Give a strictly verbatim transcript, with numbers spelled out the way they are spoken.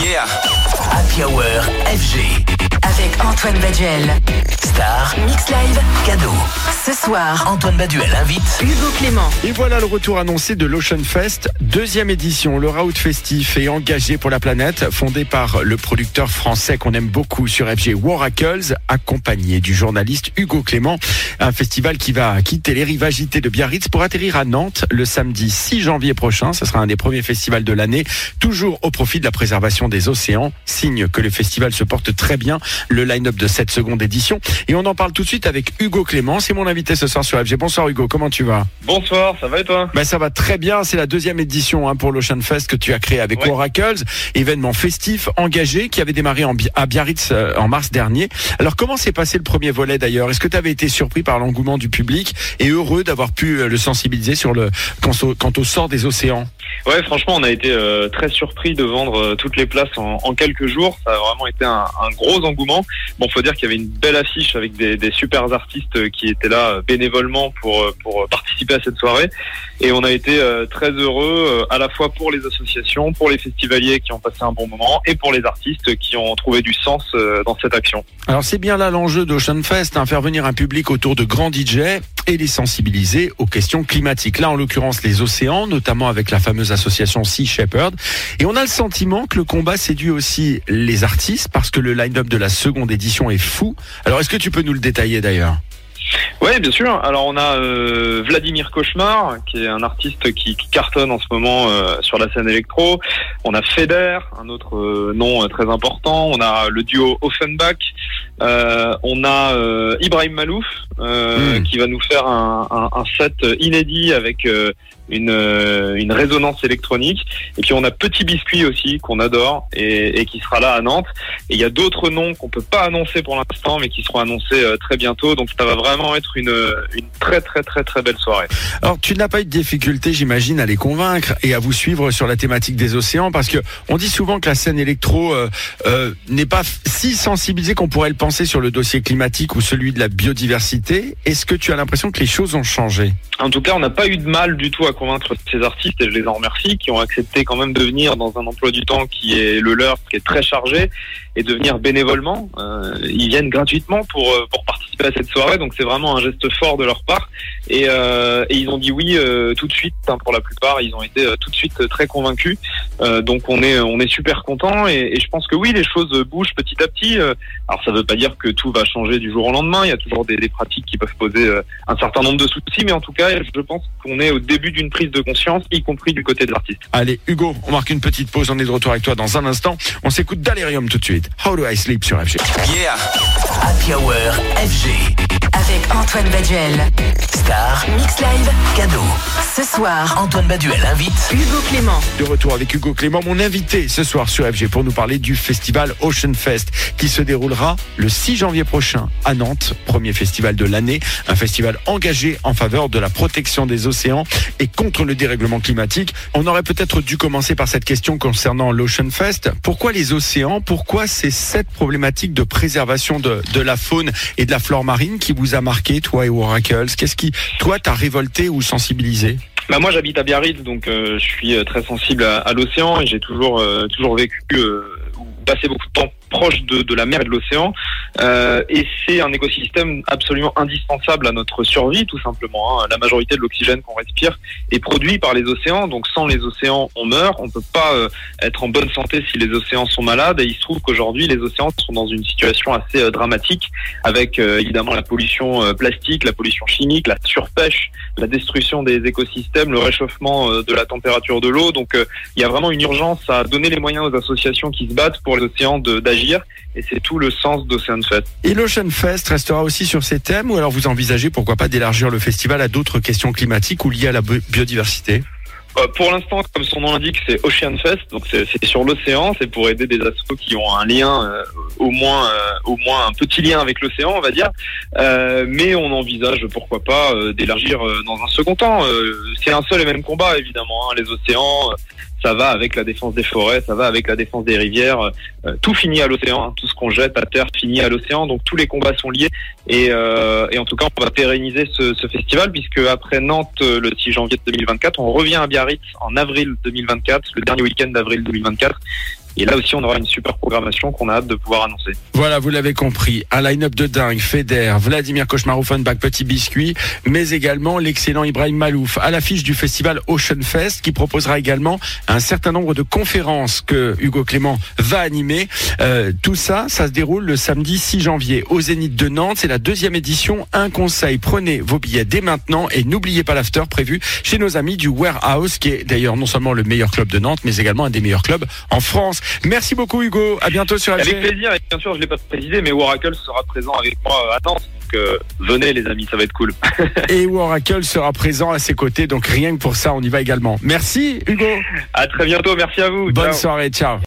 Yeah. Happy Hour F G. Avec Antoine Baduel. Star. Mix Live. Cadeau. Ce soir, Antoine Baduel invite Hugo Clément. Et voilà le retour annoncé de l'Ocean Fest, deuxième édition. Le raout festif et engagé pour la planète, fondé par le producteur français qu'on aime beaucoup sur F G, Waracles, accompagné du journaliste Hugo Clément. Un festival qui va quitter les rives agitées de Biarritz pour atterrir à Nantes le samedi six janvier prochain. Ce sera un des premiers festivals de l'année, toujours au profit de la préservation des océans. Signe que le festival se porte très bien, le line-up de cette seconde édition. Et on en parle tout de suite avec Hugo Clément. C'est mon invité ce soir sur F G. Bonsoir Hugo, comment tu vas ? Bonsoir, ça va et toi ? Ben ça va très bien, c'est la deuxième édition hein, pour l'Ocean Fest que tu as créé avec ouais. Waracles, événement festif, engagé, qui avait démarré en, à Biarritz euh, en mars dernier. Alors comment s'est passé le premier volet d'ailleurs ? Est-ce que tu avais été surpris par l'engouement du public et heureux d'avoir pu euh, le sensibiliser sur le quant au, quant au sort des océans ? Ouais, franchement, on a été euh, très surpris de vendre euh, toutes les places en, en quelques jours. Ça a vraiment été un, un gros engouement. Bon, faut dire qu'il y avait une belle affiche avec des, des super artistes qui étaient là euh, bénévolement pour pour participer à cette soirée. Et on a été euh, très heureux euh, à la fois pour les associations, pour les festivaliers qui ont passé un bon moment et pour les artistes qui ont trouvé du sens euh, dans cette action. Alors c'est bien là l'enjeu d'Ocean Fest, hein, faire venir un public autour de grands D J et les sensibiliser aux questions climatiques. Là en l'occurrence les océans, notamment avec la fameuse association Sea Shepherd. Et on a le sentiment que le combat séduit aussi les artistes parce que le line-up de la seconde édition est fou. Alors est-ce que tu peux nous le détailler d'ailleurs ? Oui, bien sûr. Alors on a euh, Vladimir Cauchemar, qui est un artiste qui, qui cartonne en ce moment euh, sur la scène électro. On a Feder, un autre euh, nom euh, très important. On a le duo Offenbach. Euh, on a euh, Ibrahim Malouf, euh, mmh. qui va nous faire un, un, un set inédit avec euh, une, euh, une résonance électronique. Et puis on a Petit Biscuit aussi, qu'on adore, et, et qui sera là à Nantes. Et il y a d'autres noms qu'on peut pas annoncer pour l'instant, mais qui seront annoncés euh, très bientôt. Donc ça va vraiment être une, une très très très très belle soirée. Alors tu n'as pas eu de difficulté, j'imagine, à les convaincre et à vous suivre sur la thématique des océans, parce que on dit souvent que la scène électro euh, euh, n'est pas si sensibilisée qu'on pourrait le penser sur le dossier climatique ou celui de la biodiversité. Est-ce que tu as l'impression que les choses ont changé ? En tout cas, on n'a pas eu de mal du tout à convaincre ces artistes, et je les en remercie, qui ont accepté quand même de venir dans un emploi du temps qui est le leur, qui est très chargé, et de venir bénévolement. Euh, ils viennent gratuitement pour pour participer à cette soirée, donc c'est vraiment un geste fort de leur part. Et, euh, et ils ont dit oui euh, tout de suite. Hein, pour la plupart, ils ont été euh, tout de suite euh, très convaincus. Euh, donc on est on est super contents, et, et je pense que oui, les choses bougent petit à petit. Euh, alors ça veut pas dire que tout va changer du jour au lendemain. Il y a toujours des, des pratiques qui peuvent poser euh, un certain nombre de soucis, mais en tout cas, je pense qu'on est au début d'une prise de conscience, y compris du côté de l'artiste. Allez, Hugo, on marque une petite pause. On est de retour avec toi dans un instant. On s'écoute Dalerium tout de suite. How do I sleep sur F G. Yeah. Happy Hour F G. Avec Antoine Baduel. Star. Mix Live. Cadeau. Ce soir, Antoine Baduel invite Hugo Clément. De retour avec Hugo Clément, mon invité ce soir sur F G pour nous parler du festival Ocean Fest qui se déroulera le six janvier prochain à Nantes, premier festival de l'année, un festival engagé en faveur de la protection des océans et contre le dérèglement climatique. On aurait peut-être dû commencer par cette question concernant l'Ocean Fest. Pourquoi les océans ? Pourquoi c'est cette problématique de préservation de, de la faune et de la flore marine qui vous a marqué, toi et Waracles ? Qu'est-ce qui, toi, t'a révolté ou sensibilisé ? Bah moi j'habite à Biarritz, donc euh, je suis euh, très sensible à, à l'océan, et j'ai toujours euh, toujours vécu euh, ou passé beaucoup de temps proche de, de la mer et de l'océan, euh, et c'est un écosystème absolument indispensable à notre survie, tout simplement. Hein. La majorité de l'oxygène qu'on respire est produit par les océans, donc sans les océans on meurt. On peut pas euh, être en bonne santé si les océans sont malades, et il se trouve qu'aujourd'hui les océans sont dans une situation assez euh, dramatique, avec euh, évidemment la pollution euh, plastique, la pollution chimique, la surpêche, la destruction des écosystèmes, le réchauffement euh, de la température de l'eau. Donc euh, il y a vraiment une urgence à donner les moyens aux associations qui se battent pour les océans de, d'agir. Et c'est tout le sens d'Ocean Fest. Et l'Ocean Fest restera aussi sur ces thèmes, ou alors vous envisagez pourquoi pas d'élargir le festival à d'autres questions climatiques ou liées à la biodiversité ? Euh, pour l'instant, comme son nom l'indique, c'est Ocean Fest, donc c'est, c'est sur l'océan, c'est pour aider des assos qui ont un lien, euh, au moins, euh, au moins un petit lien avec l'océan, on va dire. Euh, mais on envisage, pourquoi pas, euh, d'élargir euh, dans un second temps. Euh, c'est un seul et même combat, évidemment. Hein, les océans, euh, ça va avec la défense des forêts, ça va avec la défense des rivières. Euh, tout finit à l'océan, hein, tout ce qu'on jette à terre finit à l'océan, donc tous les combats sont liés. Et, euh, et en tout cas, on va pérenniser ce, ce festival, puisque après Nantes, le six janvier deux mille vingt-quatre, on revient à Biarritz en avril deux mille vingt-quatre, le dernier week-end d'avril deux mille vingt-quatre, Et là aussi, on aura une super programmation qu'on a hâte de pouvoir annoncer. Voilà, vous l'avez compris, un line-up de dingue, Feder, Vladimir Cauchemar-Offenbach, Petit Biscuit, mais également l'excellent Ibrahim Malouf, à l'affiche du festival Ocean Fest, qui proposera également un certain nombre de conférences que Hugo Clément va animer. Euh, tout ça, ça se déroule le samedi six janvier au Zénith de Nantes. C'est la deuxième édition. Un conseil, prenez vos billets dès maintenant et n'oubliez pas l'after prévu chez nos amis du Warehouse, qui est d'ailleurs non seulement le meilleur club de Nantes, mais également un des meilleurs clubs en France. Merci beaucoup Hugo, à bientôt sur F G. Avec plaisir, et bien sûr je ne l'ai pas précisé, mais Waracle sera présent avec moi à Nantes, donc euh, venez les amis, ça va être cool. Et Waracle sera présent à ses côtés, donc rien que pour ça on y va également. Merci Hugo. À très bientôt, merci à vous. Bonne Ciao. soirée, ciao.